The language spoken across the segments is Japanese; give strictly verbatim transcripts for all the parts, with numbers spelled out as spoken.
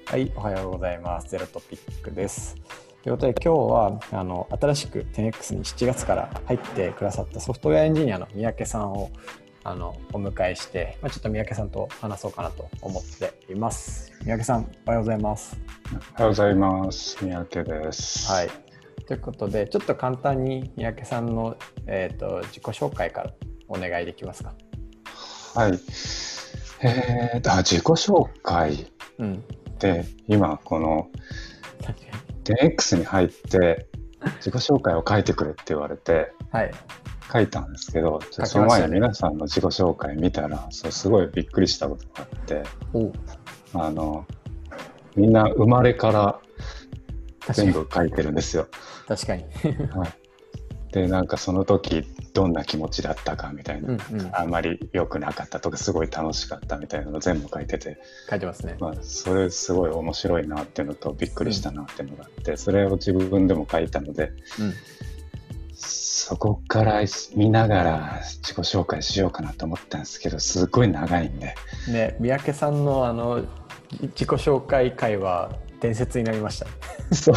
はい、おはようございます。ゼロトピックです。ということで今日はあの新しく テンエックス にしちがつから入ってくださったソフトウェアエンジニアの三宅さんをあのお迎えして、まあ、ちょっと三宅さんと話そうかなと思っています。三宅さん、おはようございます。 おはようございます。三宅です。 はい。ということで、ちょっと簡単に三宅さんの、えーと、自己紹介からお願いできますか。 はい。えーと、自己紹介で、うん、今この テンエックス に入って自己紹介を書いてくれって言われて、はい、書いたんですけど、ね、その前に皆さんの自己紹介見たら、そうすごいびっくりしたことがあって、あのみんな生まれから全部書いてるんですよ。 確かに。 はい。で、なんかその時どんな気持ちだったかみたいな、うんうん、あんまり良くなかったとかすごい楽しかったみたいなの全部書いてて、 書いてますね。 まあ、それすごい面白いなっていうのとびっくりしたなっていうのがあって、うん、それを自分でも書いたので、うん、そこから見ながら自己紹介しようかなと思ったんですけど、すごい長いんでね。三宅さんのあの自己紹介会は伝説になりました。 そう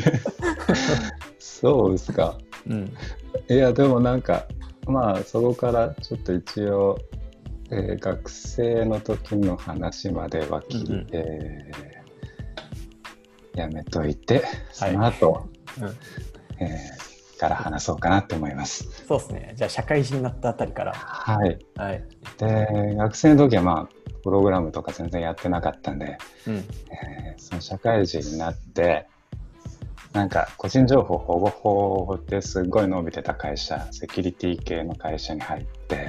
そうですか。うん、いやでもなんかまあそこからちょっと一応、えー、学生の時の話までは聞いて、うんうんえー、やめといてその後、はいうんえー、から話そうかなと思います。 そうですね。じゃあ社会人になったあたりから。 はい。はい、で学生の時はまあプログラムとか全然やってなかったんで、うんえー、その社会人になってなんか個人情報保護法ですごい伸びてた会社、セキュリティ系の会社に入って、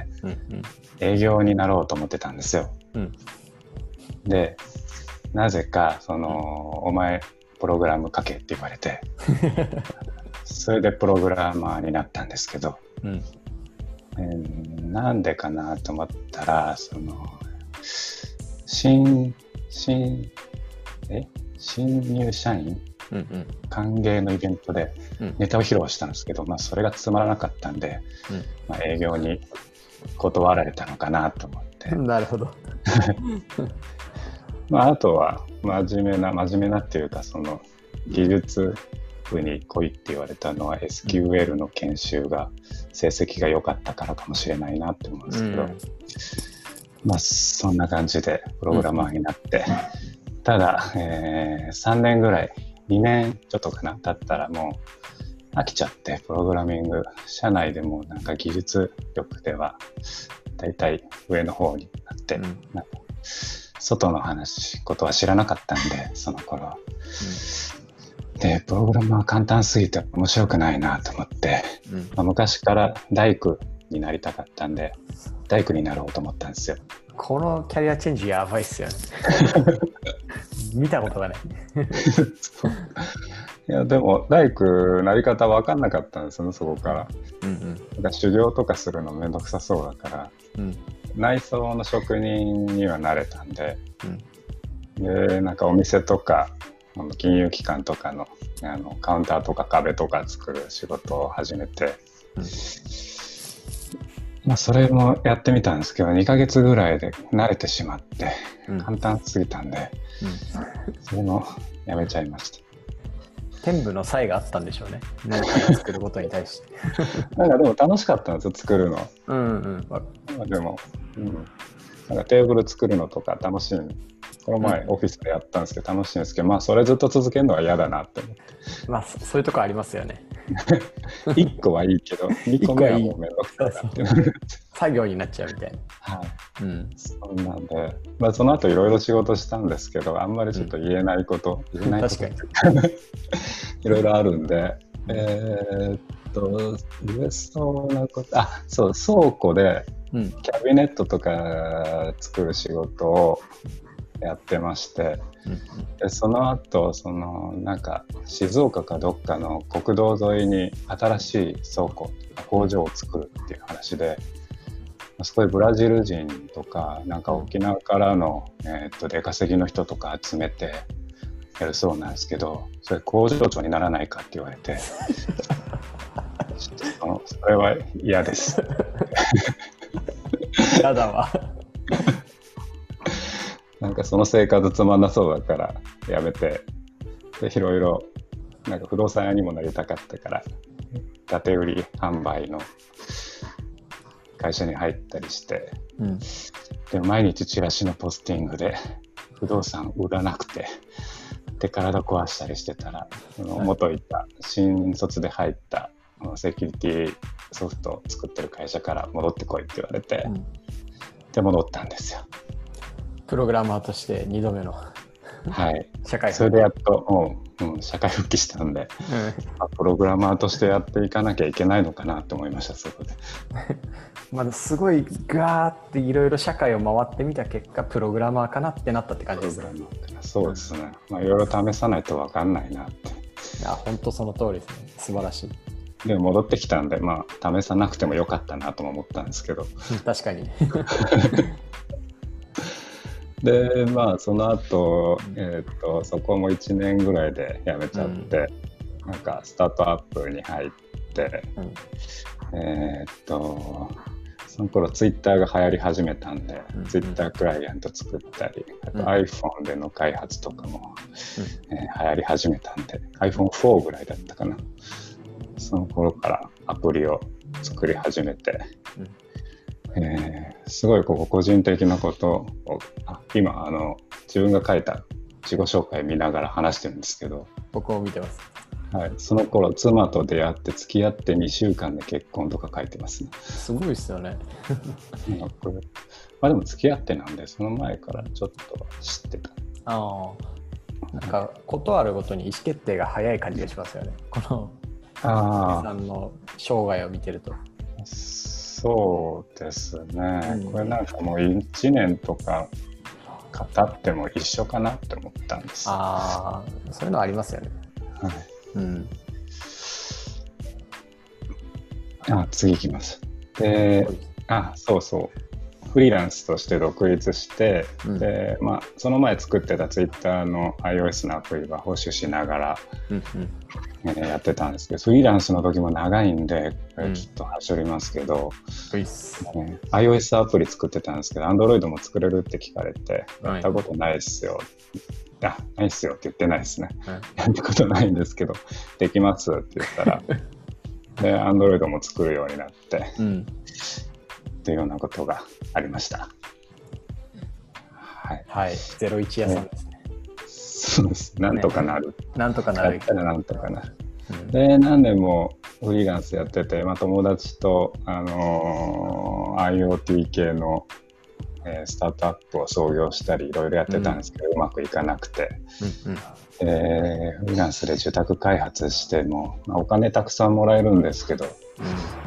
うんうん、営業になろうと思ってたんですよ。うん、で、なぜかその、うん、お前プログラム書けって言われて、それでプログラマーになったんですけど、うんえー、なんでかなと思ったら、その新新え新入社員うんうん、歓迎のイベントでネタを披露したんですけど、うんまあ、それがつまらなかったんで、うんまあ、営業に断られたのかなと思ってなるほど、 まあ、あとは真面目な真面目なっていうかその技術部に来いって言われたのは エスキューエル の研修が成績が良かったからかもしれないなって思うんですけど、うんまあ、そんな感じでプログラマーになって、うん、ただ、えー、さんねんぐらいにねんちょっとかな経ったらもう飽きちゃってプログラミング社内でもなんか技術力ではだいたい上の方になって、うん、なんか外の話ことは知らなかったんでその頃、うん、でプログラムは簡単すぎて面白くないなと思って、うんまあ、昔から大工になりたかったんで大工になろうと思ったんですよ。 このキャリアチェンジやばいっすよね見たことがないいやでも大工なり方分かんなかったんですよねそこから、うんうん、だから修行とかするのめんどくさそうだから、うん、内装の職人にはなれたんで、うん、でなんかお店とか金融機関とか の, あのカウンターとか壁とか作る仕事を始めて、うんまあ、それもやってみたんですけどにかげつぐらいで慣れてしまって簡単すぎたんで、うん、それもやめちゃいました。 天賦の才があったんでしょうね何かを作ることに対してなんかでも楽しかったんですよ作るの、うんうんまあ、でも、うん、なんかテーブル作るのとか楽しいこの前オフィスでやったんですけど楽しいんですけど、まあそれずっと続けるのは嫌だなって思ってまあそういうとこありますよねいっこはいいけどにこめはもうめんどくさいなってなる作業になっちゃうみたいなはい、うん、そんなんで、まあ、その後いろいろ仕事したんですけどあんまりちょっと言えないこと、うん、言えないこといろいろあるんでえー、っと言えそうなことあそう倉庫でキャビネットとか作る仕事をやってまして、うん、でその後そのなんか静岡かどっかの国道沿いに新しい倉庫工場を作るっていう話でそこでブラジル人とかなんか沖縄からの、えー、っと出稼ぎの人とか集めてやるそうなんですけどそれ工場長にならないかって言われてちょっとそれは嫌です嫌だわなんかその生活つまんなそうだからやめて、でいろいろなんか不動産屋にもなりたかったから建て売り販売の会社に入ったりして、うん、で毎日チラシのポスティングで不動産売らなくてで体壊したりしてたら、はい、元いた新卒で入ったセキュリティソフトを作ってる会社から戻ってこいって言われて、うん、で戻ったんですよ。 プログラマーとしてにどめのはい、 社会復帰。 それでやっと、うん、社会復帰したんで、うん、プログラマーとしてやっていかなきゃいけないのかなと思いました。そこでまあすごいガーっていろいろ社会を回ってみた結果プログラマーかなってなったって感じですか。 そうですね、まあ、いろいろ試さないと分かんないなって。 いや本当その通りですね。素晴らしい。 でも戻ってきたんで、まあ、試さなくてもよかったなとも思ったんですけど確かにでまあその後、えー、とそこもいちねんぐらいで辞めちゃって、うん、なんかスタートアップに入って、うん、えっ、ー、とその頃ツイッターが流行り始めたんで、うん、ツイッタークライアント作ったり、あと iPhone での開発とかも、うんえー、流行り始めたんで アイフォンフォー ぐらいだったかな。その頃からアプリを作り始めて、うんえー、すごいここ個人的なことをあ今あの自分が書いた自己紹介見ながら話してるんですけど、 僕も見てます、 はい、その頃妻と出会って付き合ってにしゅうかんで結婚とか書いてますね。 すごいですよねこれまあでも付き合ってなんでその前からちょっと知ってた。 ああ、なんかことあるごとに意思決定が早い感じがしますよね、このあさんの生涯を見てると。 そうですね、うん、これなんかもういちねんとか語っても一緒かなって思ったんです。 ああ、そういうのありますよね。 はい、うん、あ次いきます。で、あそうそうフリーランスとして独立して、うんでまあ、その前作ってたツイッターの iOS のアプリは保守しながら、うんうんえー、やってたんですけど、フリーランスの時も長いんでこれちょっと走りますけど、うんえー、iOS アプリ作ってたんですけど Android も作れるって聞かれて、はい、やったことないっすよ、あないっすよって言ってないですね、はい、やったことないんですけどできますって言ったらで Android も作るようになって、うんというようなことがありました。 はい、はい、ゼロイチ屋さんですね。 そうです。なんとかなる。ね、 なんとかなる。 やったらなんとかなる。うん、で何年もフリーランスやってて、まあ、友達と、あのー、IoT 系の、えー、スタートアップを創業したりいろいろやってたんですけど、うん、うまくいかなくて、うんうんえー、フリーランスで受託開発しても、まあ、お金たくさんもらえるんですけど、うん、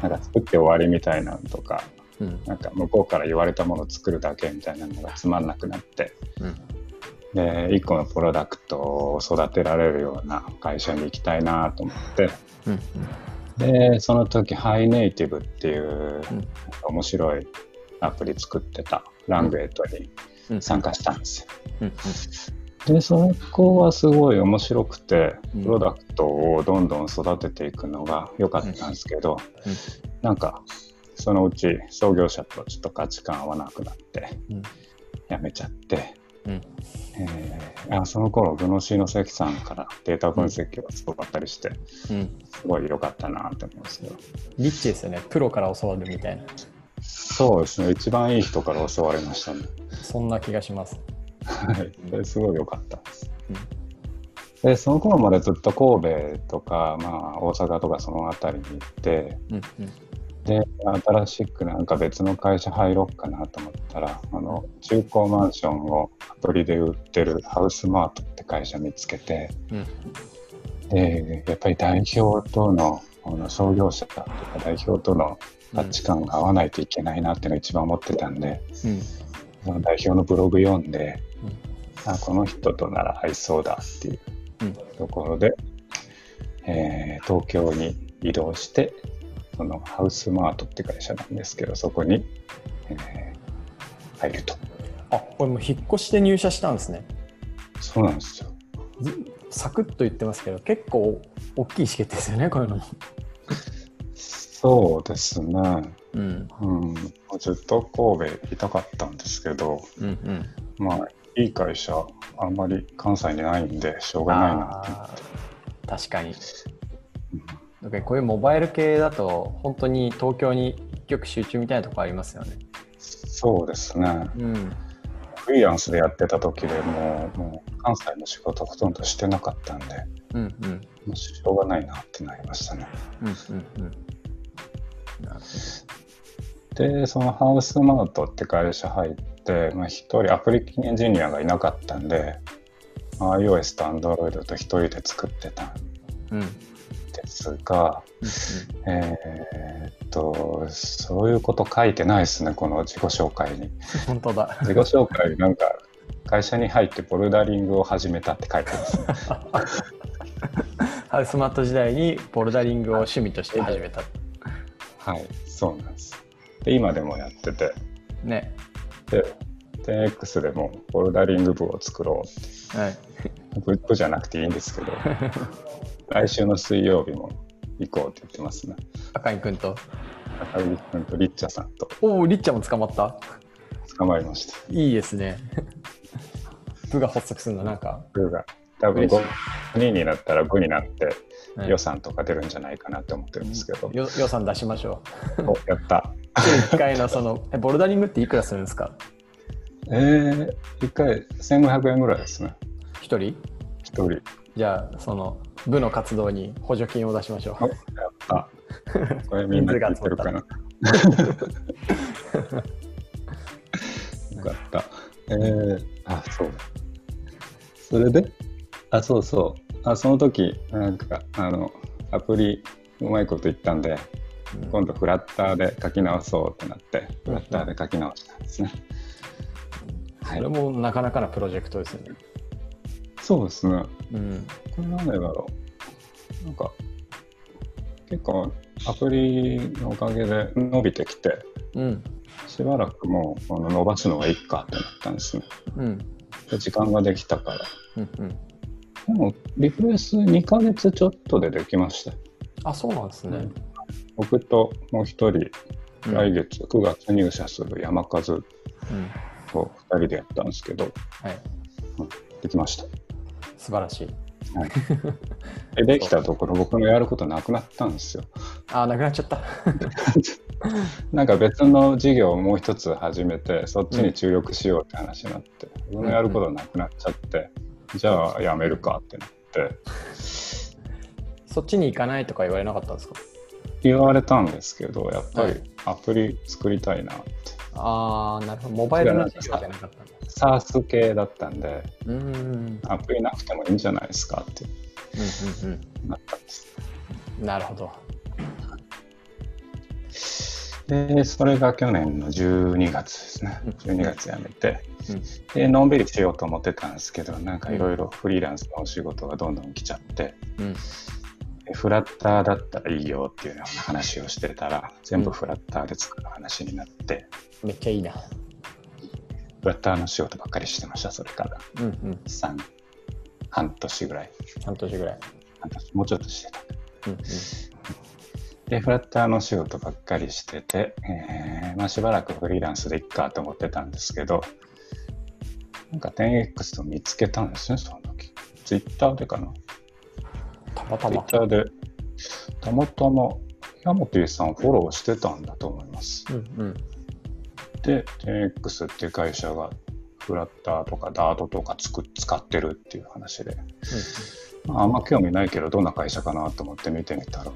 なんか作って終わりみたいなのとか。うん、なんか向こうから言われたものを作るだけみたいなのがつまんなくなって、うん、でいっこのプロダクトを育てられるような会社に行きたいなと思って、うんうん、でその時ハイネイティブっていう、うん、面白いアプリ作ってたラングエイトに参加したんですよ、うんうん、でその子はすごい面白くてプロダクトをどんどん育てていくのが良かったんですけど、うんうん、なんかそのうち創業者とちょっと価値観合わなくなって辞めちゃって、うんえー、あその頃グノシーの関さんからデータ分析を教わったりして、うん、すごい良かったなって思いますけど。 リッチですよね、プロから教わるみたいな。 そうですね、一番いい人から教わりましたね。 そんな気がします。 はい、それすごい良かったです、うん、でその頃までずっと神戸とか、まあ、大阪とかその辺りに行って、うんうんで新しくなんか別の会社入ろうかなと思ったらあの中古マンションをアプリで売ってるハウスマートって会社見つけて、うん、でやっぱり代表との、あの創業者とか代表との価値観が合わないといけないなっていうのを一番思ってたんで、うん、その代表のブログ読んで、うん、あこの人となら合いそうだっていうところで、うんえー、東京に移動してそのハウスマートって会社なんですけどそこに、えー、入ると。 あ、これもう引っ越して入社したんですね。 そうなんですよ。 サクッと言ってますけど結構大きい意思決定ですよね、こういうのも。 そうですね、うんうん、ずっと神戸いたかったんですけど、うんうん、まあいい会社あんまり関西にないんでしょうがないなって思って。 確かに。だからこういうモバイル系だと本当に東京に一極集中みたいなところありますよね。 そうですね。 うん。 フリーランスでやってた時でもう、もう関西の仕事ほとんどしてなかったんで、 うんうん。 もうしょうがないなってなりましたね。 うんうんうん。なるほど。 で、そのハウスマートって会社入って、まあ、一人アプリエンジニアがいなかったんで、iOS と Android と一人で作ってたんですが、うんうん、えー、っと、そういうこと書いてないですね、この自己紹介に。 本当だ。 自己紹介なんか、会社に入ってボルダリングを始めたって書いてますね。 ハウスマート時代にボルダリングを趣味として始めた。 はい、そうなんです。で、今でもやってて。 ね。 で、テンエックス でもボルダリング部を作ろうって。はい。部, 部じゃなくていいんですけど、来週の水曜日も行こうって言ってますね。 赤井くんと赤井くんとリッチャさんと。 おお、リッチャも捕まった？ 捕まりました。 いいですね。部が発足するのなんか。 部が多分ごにんになったら部になって、はい、予算とか出るんじゃないかなって思ってるんですけど。 予算出しましょう。お、やった。 いっかいのそのボルダリングっていくらするんですか？ えー、いっかいせんごひゃくえんぐらいですね。 ひとり？ ひとり。 じゃあその部の活動に補助金を出しましょう。 やった。これみんな聞いてるかな。よかった。えー、あ、そう。それで、あ、そうそう。あ、その時なんかあのアプリうまいこと言ったんで、うん、今度フラッターで書き直そうってなって、フラッターで書き直したんですね。 それもなかなかなプロジェクトですよね。 そうですね。 うん、 これなんでだろう。なんか結構アプリのおかげで伸びてきて、うん、しばらくもうこの伸ばすのがいいかってなったんですね。うん、で時間ができたから。うんうん、でもリフレスにかげつちょっとでできました。 あ、そうなんですね。 僕ともう一人、うん、来月くがつ入社する山和とふたりでやったんですけど、はい、できました。 素晴らしい。 はい、で, できたところ僕のやることなくなったんですよ。 あ、なくなっちゃった。 なんか別の事業をもう一つ始めてそっちに注力しようって話になって、うん、僕のやることなくなっちゃって、うん、じゃあやめるかってなって。 そっちに行かないとか言われなかったんですか？ 言われたんですけど、やっぱりアプリ作りたいなって。 ああ、なるほど。モバイルの事業じゃなかったんだ。 SaaS 系だったんで、うん、アプリなくてもいいんじゃないですかって、うんうんうん、なったんです。 なるほど。 で、それが去年のじゅうにがつですね。じゅうにがつ辞めて、うん、で、のんびりしようと思ってたんですけど、なんかいろいろフリーランスのお仕事がどんどん来ちゃって、うん、フラッターだったらいいよっていうような話をしてたら、全部フラッターで作る話になって、 うん、めっちゃいいな。 フラッターの仕事ばっかりしてました、それから。うんうん、さん、半年ぐらい。 半年ぐらい。 半年、もうちょっとしてた。うんうん、で、フラッターの仕事ばっかりしてて、えーまあ、しばらくフリーランスでいっかと思ってたんですけど、なんか テンエックス と見つけたんですね、その時。ツイッターでかな。 たまたま。 ツイッターで、たまたま、ヤモティさんをフォローしてたんだと思います。うんうん、で、テンエックス っていう会社がフラッターとかダートとかつく使ってるっていう話で、うんまあ、あんま興味ないけどどんな会社かなと思って見てみたら、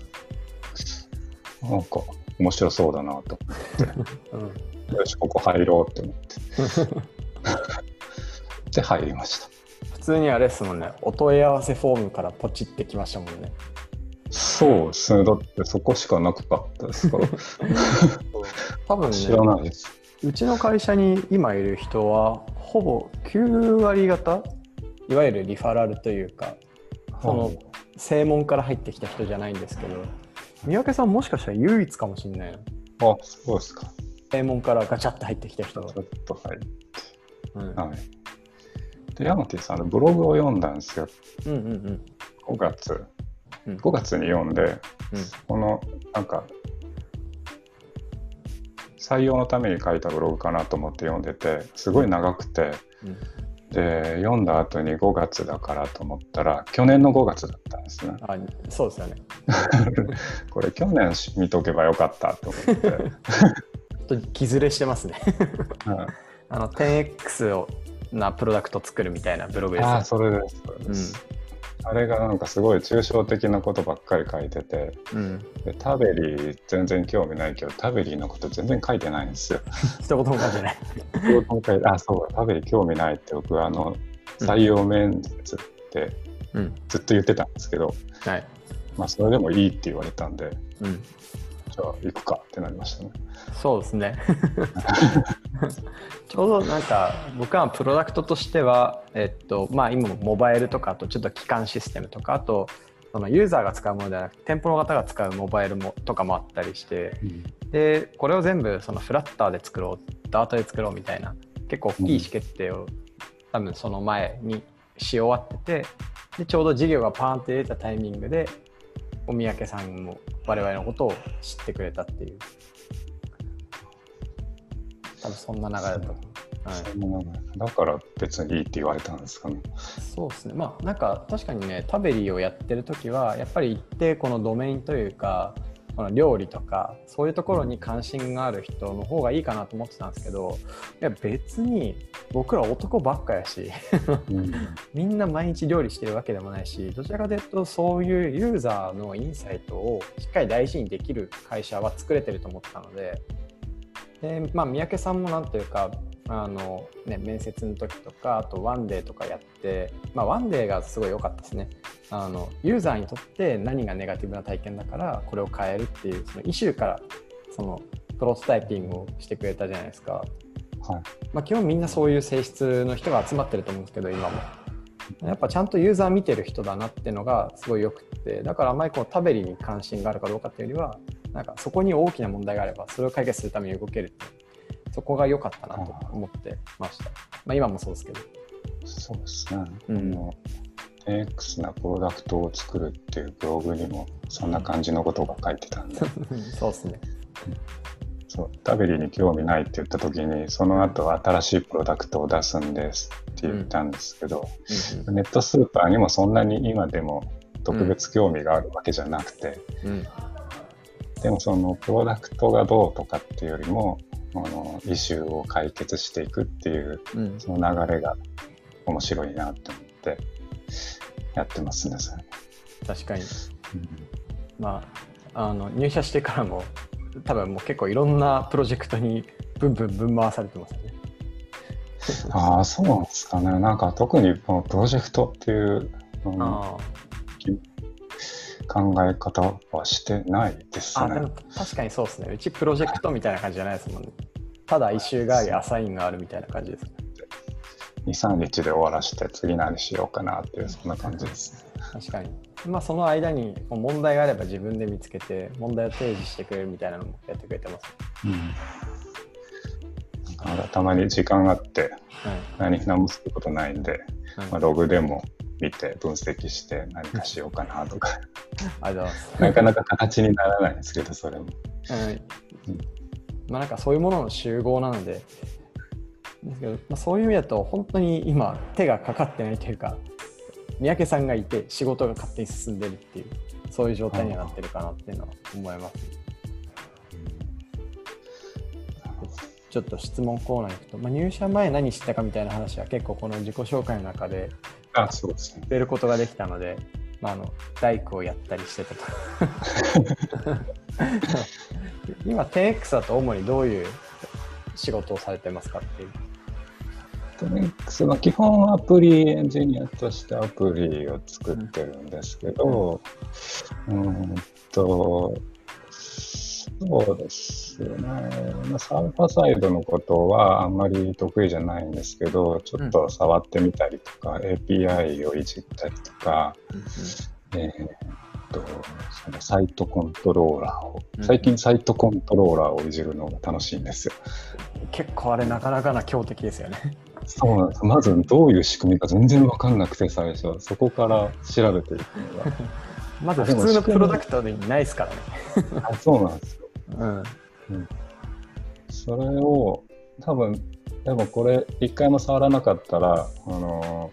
うん、なんか面白そうだなと思って、うん、よしここ入ろうって思ってで入りました。 普通にあれですもんね、お問い合わせフォームからポチってきましたもんね。 そうですね、だってそこしかなかったですから多分ね、 知らないです。 うちの会社に今いる人はほぼきゅうわり方、いわゆるリファラルというか、その正門から入ってきた人じゃないんですけど、三宅さんもしかしたら唯一かもしれないな。 あ、そうですか。 正門からガチャッと入ってきた人が。 ちょっと入って、うん、はい。で、ヤマティさんのブログを読んだんですよ。うんうんうん、ごがつ、うん、ごがつに読んで、うん、このなんか採用のために書いたブログかなと思って読んでて、すごい長くて、うん、で読んだ後にごがつだからと思ったら去年のごがつだったんですね。 あ、そうですよねこれ去年見とけばよかったと思ってちょっと気ずれしてますね、うん、あの テンエックス をなプロダクト作るみたいなブログです、ね、 あ、それですそれです、うん、あれがなんかすごい抽象的なことばっかり書いてて、うん、でタベリー全然興味ないけどタベリーのこと全然書いてないんですよ一言も書いてない一言も書いてあ、そうタベリー興味ないって僕はあの採用面接ってずっと言ってたんですけど、うんはい、まあそれでもいいって言われたんで、うん、じゃあ行くかってなりましたね。 そうですねちょうどなんか僕はプロダクトとしては、えっとまあ、今もモバイルとかあとちょっと基幹システムとかあとそのユーザーが使うものではなくて店舗の方が使うモバイルもとかもあったりして、うん、でこれを全部そのフラッターで作ろうダータで作ろうみたいな結構大きい意思決定を、うん、多分その前にし終わっててでちょうど事業がパーンって出たタイミングでお三宅さんも我々のことを知ってくれたっていう多分そんな流れだと思う。はい、そんな流れだから別にいいって言われたんですかね。 そうですね。まあなんか確かにねタベリーをやってる時はやっぱり一定このドメインというかこの料理とかそういうところに関心がある人の方がいいかなと思ってたんですけど、いや別に僕ら男ばっかやし、うん、みんな毎日料理してるわけでもないし、どちらかというとそういうユーザーのインサイトをしっかり大事にできる会社は作れてると思ってたので、でまあ三宅さんもなんというかあの、ね、面接の時とかあとワンデーとかやって、まあ、ワンデーがすごい良かったですね。あのユーザーにとって何がネガティブな体験だからこれを変えるっていうそのイシューからそのプロトタイピングをしてくれたじゃないですか。はいまあ、基本みんなそういう性質の人が集まってると思うんですけど今もやっぱちゃんとユーザー見てる人だなっていうのがすごいよくて、だからあんまりこうタベリに関心があるかどうかっていうよりはなんかそこに大きな問題があればそれを解決するために動けるってそこが良かったなと思ってました。まあ、今もそうですけど。 そうですね。うん、テンエックス なプロダクトを作るっていうブログにもそんな感じのことが書いてたんで。 そうですね。 そうタベリに興味ないって言った時にその後新しいプロダクトを出すんですって言ったんですけど、うんうん、ネットスーパーにもそんなに今でも特別興味があるわけじゃなくて、うん、でもそのプロダクトがどうとかっていうよりもあのイシューを解決していくっていう、うん、その流れが面白いなと思ってやってますね。それ確かに、うん、まああの入社してからも多分もう結構いろんなプロジェクトにブンブンぶん回されてますよね。 ああそうなんですかね。なんか特にこのプロジェクトっていう、うん、考え方はしてないですね。 あでも確かにそうですね。うちプロジェクトみたいな感じじゃないですもんね。ただイシューがありアサインがあるみたいな感じですね。 にさんにちで終わらして次何しようかなっていうそんな感じです。 確かに。まあその間に問題があれば自分で見つけて問題を提示してくれるみたいなのもやってくれてます。うん。 だからたまに時間があって、はい、何何もすることないんで、はいまあ、ログでも見て分析して何かしようかなとか。 ありがとうございます。 なかなか形にならないんですけどそれも。はい。 うんまあ、なんかそういうものの集合なので、ですけど、まあ、そういう意味だと本当に今手がかかってないというか三宅さんがいて仕事が勝手に進んでるっていうそういう状態にはなってるかなっていうのは思います。ちょっと質問コーナーに行くと、まあ、入社前何してたかみたいな話は結構この自己紹介の中で出ることができたので、まあ、あの大工をやったりしてたと今 テンエックス だと主にどういう仕事をされてますかっていう。 テンエックス は基本アプリエンジニアとしてアプリを作ってるんですけど、うん、うんとそうですね、まあ、サーバーサイドのことはあんまり得意じゃないんですけどちょっと触ってみたりとか、うん、エーピーアイ をいじったりとか、うんえーとそのサイトコントローラーを、うん、最近サイトコントローラーをいじるのが楽しいんですよ。 結構あれなかなかな強敵ですよね。 そうなんです。まずどういう仕組みか全然分かんなくて最初そこから調べていくのがまず普通のプロダクトでないですからね。 あそうなんですよ、 うんうん、 それを多分でもこれ一回も触らなかったら、あの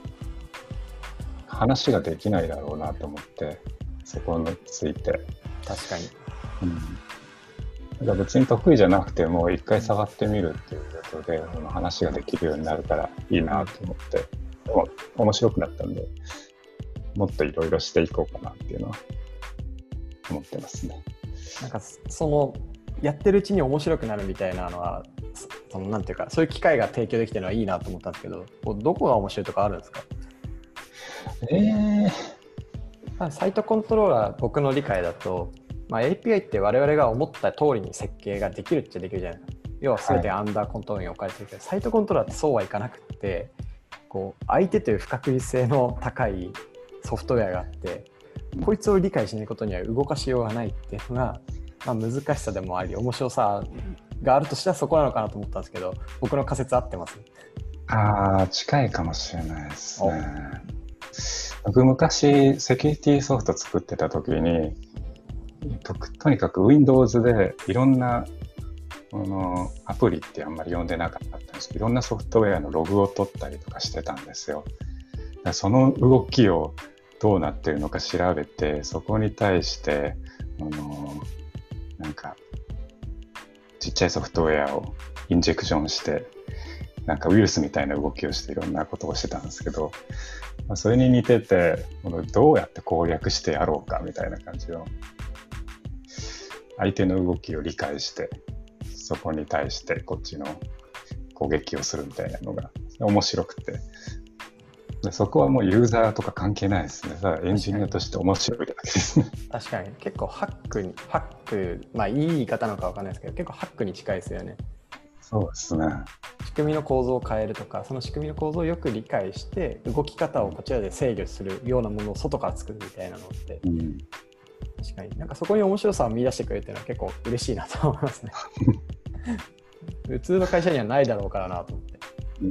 話ができないだろうなと思って、そこについて。 確かに。 うん、だから別に得意じゃなくても一回触ってみるっていうことで、この話ができるようになるからいいなと思って、でも面白くなったんで、もっといろいろしていこうかなっていうのは思ってますね。 なんかそのやってるうちに面白くなるみたいなのは、そのなんていうか、そういう機会が提供できてるのはいいなと思ったんですけど、どこが面白いとかあるんですか？ えー、 サイトコントローラー、僕の理解だと、まあ、エーピーアイ って我々が思った通りに設計ができるっちゃできるじゃないですか。要は全てアンダーコントロールに置かれてるけど、はい、サイトコントローラーってそうはいかなくて、こう相手という不確実性の高いソフトウェアがあって、こいつを理解しないことには動かしようがないっていうのが、まあ、難しさでもあり面白さがあるとしたらそこなのかなと思ったんですけど、僕の仮説合ってます？ ああ、近いかもしれないですね。僕昔セキュリティソフト作ってた時に、と, とにかく Windows でいろんなあのアプリってあんまり読んでなかったんですけど、いろんなソフトウェアのログを取ったりとかしてたんですよ。だからその動きをどうなってるのか調べて、そこに対してあのなんかちっちゃいソフトウェアをインジェクションして、なんかウイルスみたいな動きをしていろんなことをしてたんですけど、まあ、それに似てて、どうやって攻略してやろうかみたいな感じの、相手の動きを理解して、そこに対してこっちの攻撃をするみたいなのが面白くて、でそこはもうユーザーとか関係ないですね。ただエンジニアとして面白いだけですね。 確かに結構ハックにハックまあいい言い方なのかわかんないですけど、結構ハックに近いですよね。 そうですね。仕組みの構造を変えるとか、その仕組みの構造をよく理解して動き方をこちらで制御するようなものを外から作るみたいなのって、うん、確かになんかそこに面白さを見出してくれるっていうのは結構嬉しいなと思いますね。普通の会社にはないだろうからなと思って。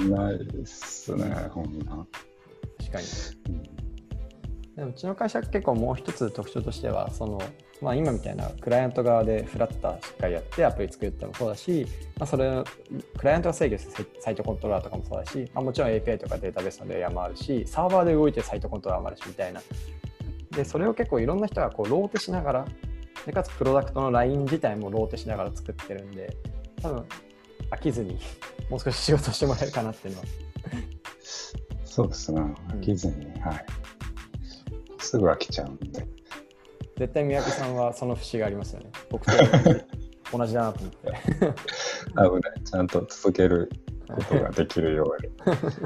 ないですね、ほんな。 確かに、うん、でもうちの会社結構もう一つ特徴としては、その、まあ、今みたいなクライアント側でフラッターしっかりやってアプリ作るってのもそうだし、まあ、それクライアントが制御するサイトコントローラーとかもそうだし、まあ、もちろん エーピーアイ とかデータベースのレイヤーもあるし、サーバーで動いてるサイトコントローラーもあるしみたいな。でそれを結構いろんな人がこうローテしながら、でかつプロダクトのライン自体もローテしながら作ってるんで、多分飽きずにもう少し仕事してもらえるかなっていうのは。 そうですね、飽きずに、うん、はい。すぐ飽きちゃうんで。 絶対三宅さんはその節がありますよね。僕と同じだなと思って。 あ、ね、ちゃんと続けることができるように。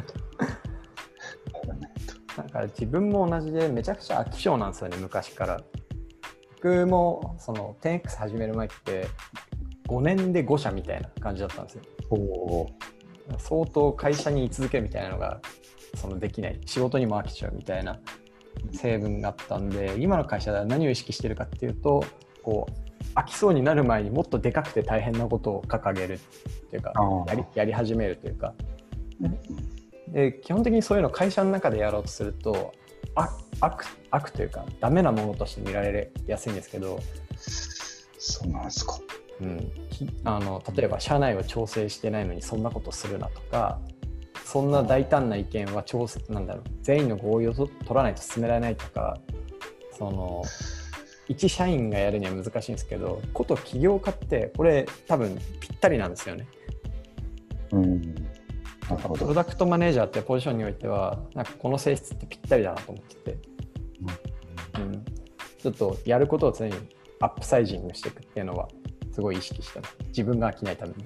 なんか自分も同じでめちゃくちゃ飽き性なんですよね、昔から。僕もその テンエックス 始める前ってごねんでごしゃみたいな感じだったんですよ。お相当会社に居続けるみたいなのがそのできない、仕事にも飽きちゃうみたいな成分があったんで、今の会社では何を意識してるかっていうと、こう飽きそうになる前にもっとでかくて大変なことを掲げるっていうか、やり、やり始めるというか、で基本的にそういうのを会社の中でやろうとすると悪、悪というかダメなものとして見られやすいんですけど。 そうなんですか。 うん、あの例えば社内を調整してないのにそんなことするなとか、そんな大胆な意見は調整なんだろう全員の合意を取らないと進められないとか、その一社員がやるには難しいんですけど、こと起業家ってこれ多分ぴったりなんですよね。 うん、なるほど。 プロダクトマネージャーってポジションにおいてはなんかこの性質ってぴったりだなと思ってて、うんうん、ちょっとやることを常にアップサイジングしていくっていうのはすごい意識してます。自分が飽きないために。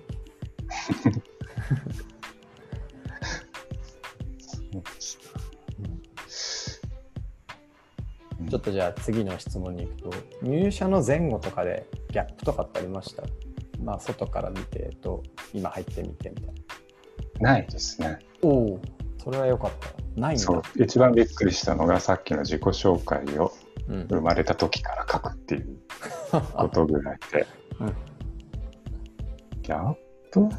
ちょっとじゃあ次の質問に行くと、入社の前後とかでギャップとかってありました？まあ外から見てと今入ってみてみたいな。ないですね。 おお、それは良かった。ないんだ。 そう、一番びっくりしたのがさっきの自己紹介を生まれた時から書くっていうことぐらいで。うん、ギャップ？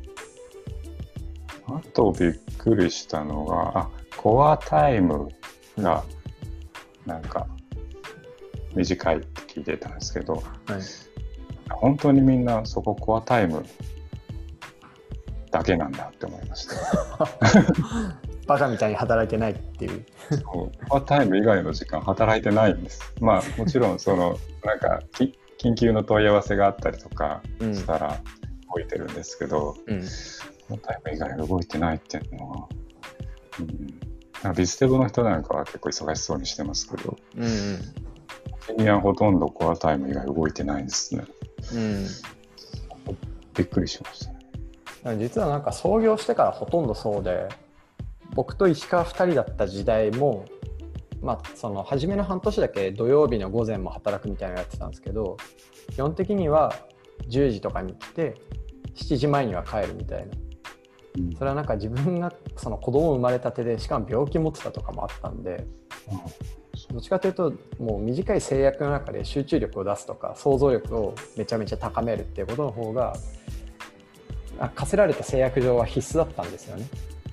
あとびっくりしたのが、あ、コアタイムがなんか短いって聞いてたんですけど、はい、 本当にみんなそこコアタイムだけなんだって思いました。 バカみたいに働いてないっていう。 そうコアタイム以外の時間働いてないんです。まあもちろんそのなんか緊急の問い合わせがあったりとかしたら動いてるんですけど、うん、コアタイム以外動いてないっていうのは、うん、なんかビズデブの人なんかは結構忙しそうにしてますけど、うんうん、エンジニアはほとんどコアタイム以外動いてないんですね。うん、びっくりしましたね。 実はなんか創業してからほとんどそうで、僕と石川ふたりだった時代も、まあ、その初めの半年だけ土曜日の午前も働くみたいなのやってたんですけど、基本的にはじゅうじとかに来てしちじまえには帰るみたいな、うん、それはなんか自分がその子供生まれたてでしかも病気持ってたとかもあったんで、うん、どっちかというともう短い制約の中で集中力を出すとか想像力をめちゃめちゃ高めるっていうことの方が課せられた制約上は必須だったんですよね。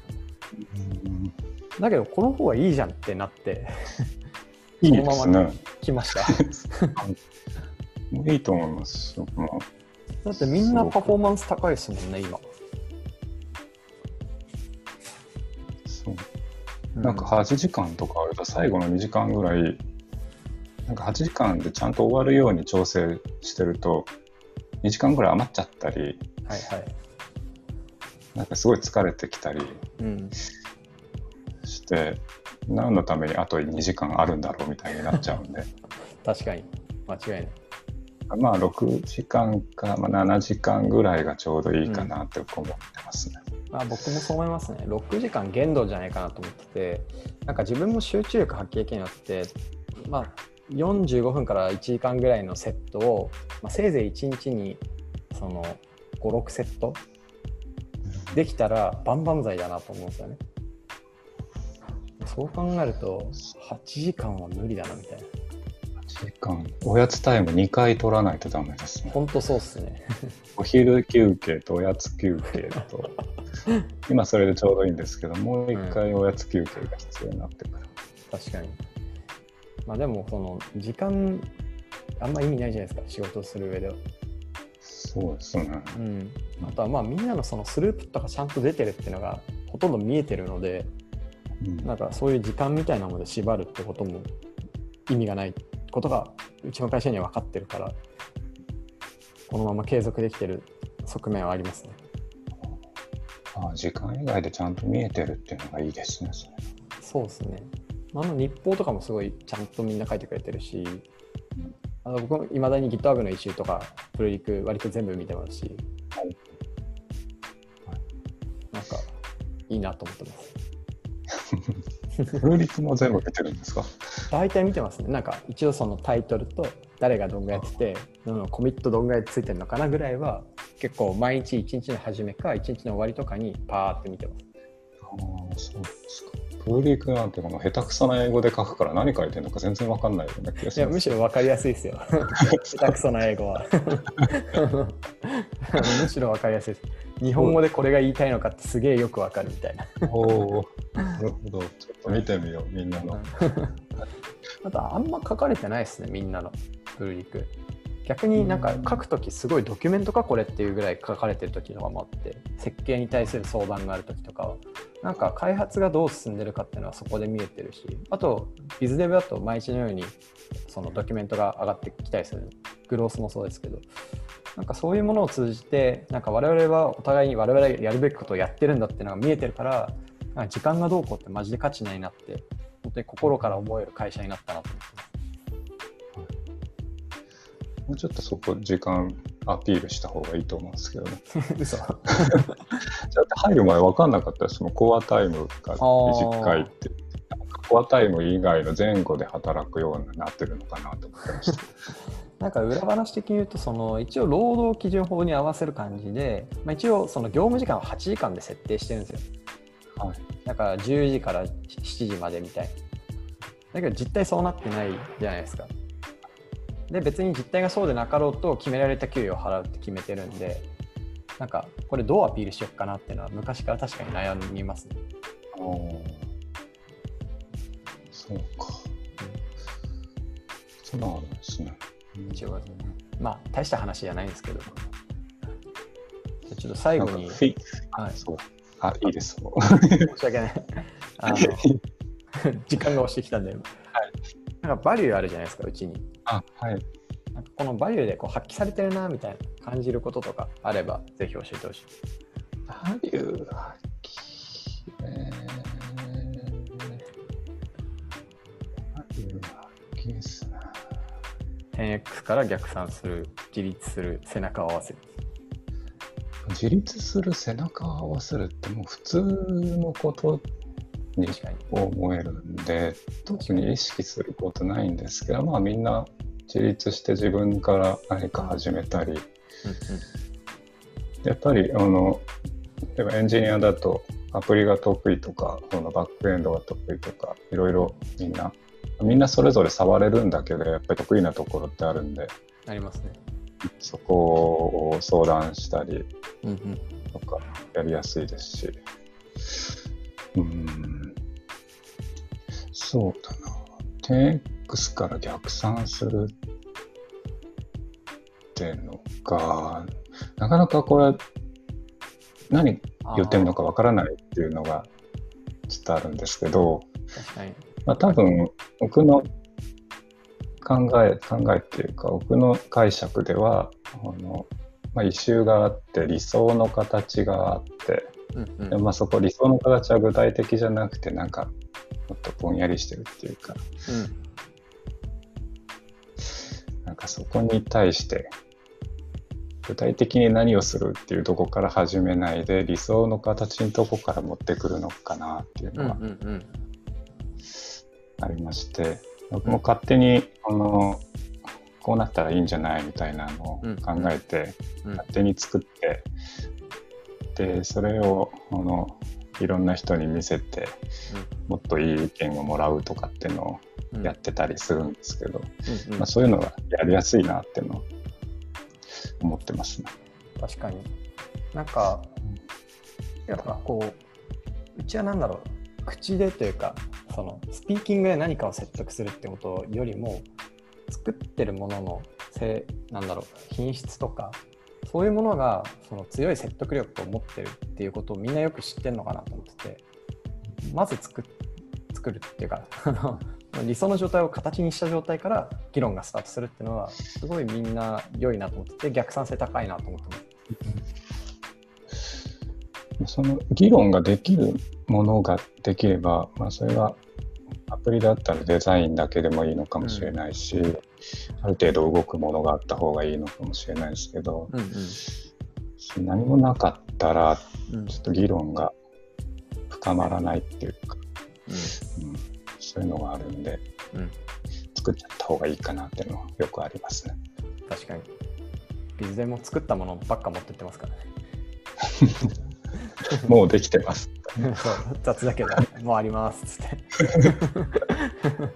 だけどこの方がいいじゃんってなっていいですね。 そのまま来ましたいいと思いますよ。 だってみんなパフォーマンス高いですもんね今。 そう、うん、なんかはちじかんとかあると最後のにじかんぐらいなんかはちじかんでちゃんと終わるように調整してるとにじかんぐらい余っちゃったり、はいはい、なんかすごい疲れてきたりして、うん、何のためにあとにじかんあるんだろうみたいになっちゃうんで確かに間違いない。 まあろくじかんか、まあ、ななじかんぐらいがちょうどいいかなって思ってますね。 うん、まあ、僕もそう思いますね。ろくじかん限度じゃないかなと思ってて、なんか自分も集中力発揮できるようになって、まあ、よんじゅうごふんからいちじかんぐらいのセットを、まあ、せいぜいいちにちにそのご、ろくセットできたら万々歳だなと思うんですよね。そう考えるとはちじかんは無理だなみたいな。 はちじかんおやつタイムにかい取らないとダメですね。 本当そうっすねお昼休憩とおやつ休憩と今それでちょうどいいんですけど、もういっかいおやつ休憩が必要になってくる、 うん、確かに。まあでもその時間あんま意味ないじゃないですか、仕事をする上では。 そうですね、 うん、あとはまあみんなのそのスループとかちゃんと出てるっていうのがほとんど見えてるので、うん、なんかそういう時間みたいなもので縛るってことも意味がないことがうちの会社には分かってるから、このまま継続できてる側面はありますね。 ああ、時間以外でちゃんと見えてるっていうのがいいですね。それそうですね。あの日報とかもすごいちゃんとみんな書いてくれてるし、うん、あの僕もいまだに GitHub のイシューとかプルリク割と全部見てますし、はい、なんかいいなと思ってますプルリクも全部見てるんですか？ 大体見てますね。なんか一応そのタイトルと誰がどんぐらいやってて、うん、コミットどんぐらいついてるのかなぐらいは結構毎日いちにちの初めかいちにちの終わりとかにパーって見てます。 ああ、そうですか。プルリクなんてこの下手くそな英語で書くから何書いてるのか全然わかんないような気がします。 いや、むしろわかりやすいですよ下手くそな英語はむしろわかりやすいです。日本語でこれが言いたいのかってすげえよくわかるみたいなおお、なるほど。ちょっと見てみよう、みんなのあとあんま書かれてないですね、みんなのプルリク。逆になんか書くときすごいドキュメントかこれっていうぐらい書かれてるときとかもあって、設計に対する相談があるときとかはなんか開発がどう進んでるかっていうのはそこで見えてるし、あとビズデブだと毎日のようにそのドキュメントが上がってきたりする、グロースもそうですけど、なんかそういうものを通じてなんか我々はお互いに我々がやるべきことをやってるんだっていうのが見えてるから、なんか時間がどうこうってマジで価値ないなって本当に心から思える会社になったなと思ってます。 もうちょっとそこ時間アピールした方がいいと思うんですけどね嘘じゃあ入る前分かんなかったらそのコアタイムが短いってコアタイム以外の前後で働くようになってるのかなと思ってましたなんか裏話的に言うとその一応労働基準法に合わせる感じで、まあ、一応その業務時間ははちじかんで設定してるんですよ、はい、だからじゅうじからしちじまでみたいな。だけど実態そうなってないじゃないですか。で別に実態がそうでなかろうと決められた給与を払うって決めてるんで、なんかこれどうアピールしようかなっていうのは昔から確かに悩みますね。 ああ、そうか、うん、そうなんですね。 一応ですね。 まあ大した話じゃないんですけど、じゃあちょっと最後に、 フィはい、 そうあいいです。 申し訳ないあの時間が押してきたんで、はい、なんかバリューあるじゃないですか、うちに。 あ、はい。 なんかこのバリューでこう発揮されてるなみたいな感じることとかあればぜひ教えてほしい。 バリュー発揮、えー、バリュー発揮ですね。 テンエックス から逆算する、自立する、背中を合わせる。 自立する、背中を合わせるってもう普通のことに思えるんで、特に意識することないんですけど、まあみんな自立して自分から何か始めたり、うんうん、やっぱりあの例えばエンジニアだとアプリが得意とか、そのバックエンドが得意とか、いろいろみんなみんなそれぞれ触れるんだけど、やっぱり得意なところってあるんで、 ありますね。 そこを相談したりとかやりやすいですし、うんうん、そうだな。テンエックス から逆算するっていうのが、なかなかこれ何言ってるのかわからないっていうのがちょっとあるんですけど、 確かに、 まあ、多分僕の考え考えっていうか僕の解釈ではあの、まあ、イシューがあって理想の形があって、うんうん、でまあ、そこ理想の形は具体的じゃなくてなんかもっとぼんやりしてるっていうか、うん、なんかそこに対して具体的に何をするっていうとこから始めないで理想の形のとこから持ってくるのかなっていうのはありまして、うんうんうん、僕も勝手にあのこうなったらいいんじゃないみたいなのを考えて、うんうん、勝手に作ってでそれをあのいろんな人に見せて、うん、もっといい意見をもらうとかっていうのをやってたりするんですけど、うんうんまあ、そういうのがやりやすいなっていうのを思ってますね。 確かになんかやっぱこううちはなんだろう口でというかそのスピーキングで何かを説得するってことよりも作ってるもののせなんだろう品質とかそういうものがその強い説得力を持ってるっていうことをみんなよく知ってるのかなと思ってて、まず作, 作るっていうか理想の状態を形にした状態から議論がスタートするっていうのはすごいみんな良いなと思ってて逆算性高いなと思ってます。その議論ができるものができれば、まあ、それはアプリだったらデザインだけでもいいのかもしれないし、うん、ある程度動くものがあった方がいいのかもしれないですけど、うんうん、何もなかったらちょっと議論が深まらないっていうか、うんうん、そういうのがあるんで、うん、作っちゃった方がいいかなっていうのはよくありますね。 確かにビズでも作ったものばっか持ってってますからねもうできてますそう雑だけどもうありますつって確かに、はい、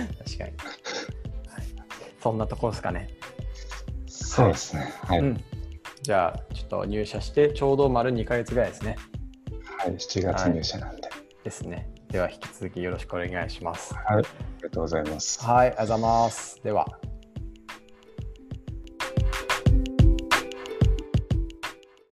そんなところですかね。 そうですね、はい、うん、 じゃあちょっと入社してちょうど丸にかげつぐらいですね。 はいしちがつ入社なんで、はい、 ですね。では引き続きよろしくお願いします。 はい、ありがとうございます。 はい、ありがとうございます。では。